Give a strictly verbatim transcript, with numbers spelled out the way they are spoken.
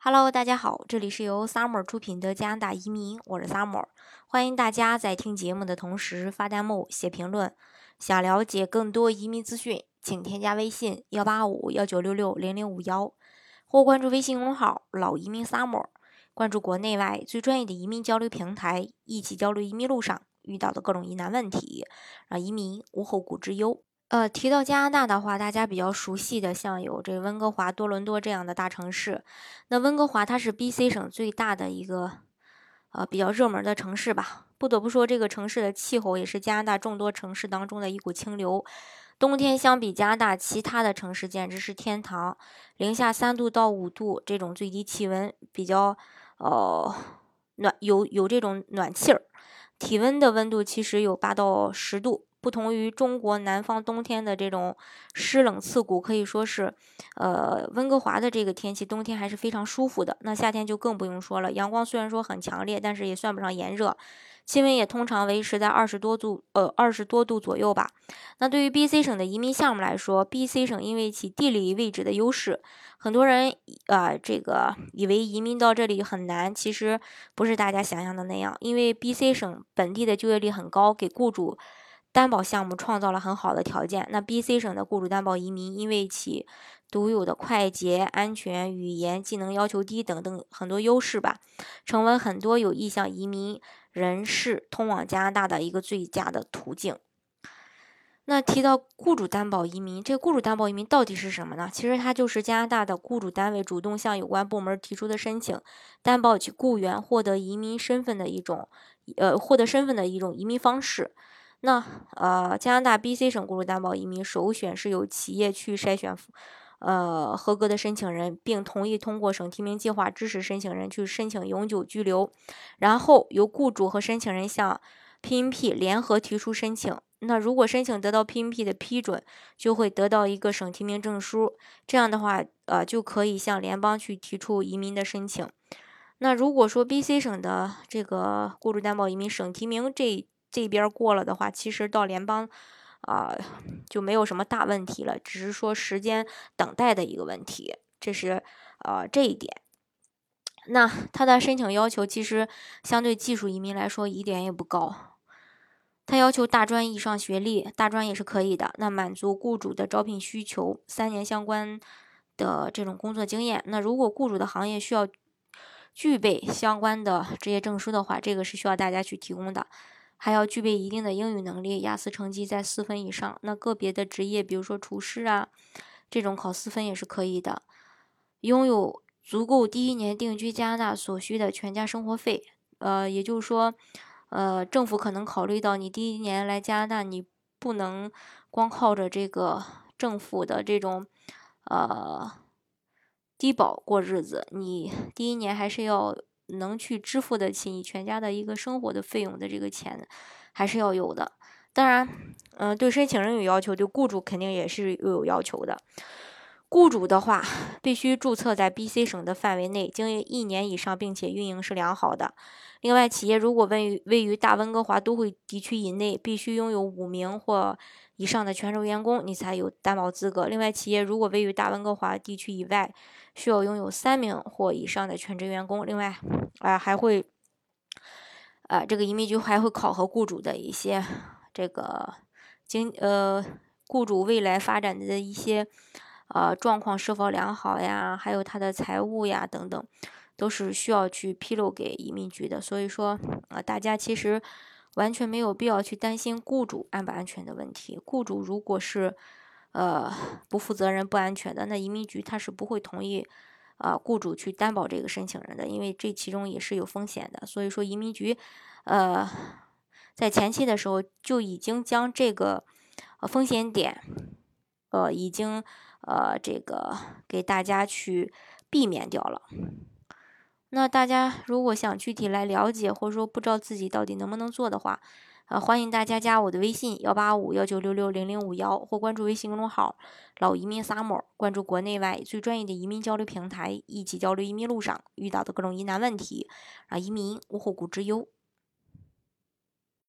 Hello，大家好，这里是由 Summer 出品的加拿大移民，我是 Summer，欢迎大家在听节目的同时发弹幕、写评论。想了解更多移民资讯，请添加微信幺八五幺九六六零零五幺，或关注微信公众号老移民 Summer， 关注国内外最专业的移民交流平台，一起交流移民路上遇到的各种疑难问题，让移民无后顾之忧。呃，提到加拿大的话，大家比较熟悉的像有这温哥华、多伦多这样的大城市。那温哥华它是 B C 省最大的一个呃比较热门的城市吧。不得不说，这个城市的气候也是加拿大众多城市当中的一股清流。冬天相比加拿大其他的城市简直是天堂，零下三度到五度这种最低气温，比较呃暖有有这种暖气儿，体温的温度其实有八到十度。不同于中国南方冬天的这种湿冷刺骨，可以说是，呃，温哥华的这个天气冬天还是非常舒服的。那夏天就更不用说了，阳光虽然说很强烈，但是也算不上炎热，气温也通常维持在二十多度，呃，二十多度左右吧。那对于 B C 省的移民项目来说 ，B C 省因为其地理位置的优势，很多人啊、呃，这个以为移民到这里很难，其实不是大家想象的那样，因为 B C 省本地的就业率很高，给雇主担保项目创造了很好的条件。那 B C 省的雇主担保移民，因为其独有的快捷、安全、语言、技能要求低等等很多优势吧，成为很多有意向移民人士通往加拿大的一个最佳的途径。那提到雇主担保移民，这雇主担保移民到底是什么呢？其实它就是加拿大的雇主单位主动向有关部门提出的申请，担保其雇员获得移民身份的一种，呃，获得身份的一种移民方式。那呃，加拿大 B C 省雇主担保移民首选是由企业去筛选呃合格的申请人，并同意通过省提名计划支持申请人去申请永久居留，然后由雇主和申请人向 P N P 联合提出申请。那如果申请得到 P N P 的批准，就会得到一个省提名证书，这样的话，呃，就可以向联邦去提出移民的申请。那如果说 B C 省的这个雇主担保移民省提名这这边过了的话，其实到联邦啊、呃、就没有什么大问题了，只是说时间等待的一个问题，这是呃这一点。那他的申请要求其实相对技术移民来说一点也不高，他要求大专以上学历，大专也是可以的。那满足雇主的招聘需求，三年相关的这种工作经验。那如果雇主的行业需要具备相关的职业证书的话，这个是需要大家去提供的。还要具备一定的英语能力，雅思成绩在四分以上。那个别的职业，比如说厨师啊，这种考四分也是可以的。拥有足够第一年定居加拿大所需的全家生活费，呃，也就是说，呃，政府可能考虑到你第一年来加拿大，你不能光靠着这个政府的这种，呃，低保过日子，你第一年还是要能去支付得起你全家的一个生活的费用的这个钱，还是要有的。当然，嗯、呃，对申请人有要求，对雇主肯定也是有要求的。雇主的话，必须注册在 B C 省的范围内，经营一年以上，并且运营是良好的。另外，企业如果位于位于大温哥华都会地区以内，必须拥有五名或以上的全职员工，你才有担保资格。另外，企业如果位于大温哥华地区以外，需要拥有三名或以上的全职员工。另外，啊、呃，还会，啊、呃，这个移民局还会考核雇主的一些这个经呃雇主未来发展的一些。呃，状况是否良好呀，还有他的财务呀等等，都是需要去披露给移民局的。所以说，呃，大家其实完全没有必要去担心雇主安不安全的问题。雇主如果是呃不负责任、不安全的，那移民局他是不会同意啊、呃、雇主去担保这个申请人的，因为这其中也是有风险的。所以说，移民局呃在前期的时候就已经将这个、呃、风险点呃已经。呃，这个给大家去避免掉了。那大家如果想具体来了解，或者说不知道自己到底能不能做的话，呃，欢迎大家加我的微信幺八五幺九六六零零五幺，或关注微信公众号老移民 Summer， 关注国内外最专业的移民交流平台，一起交流移民路上遇到的各种疑难问题，让移民无后顾之忧。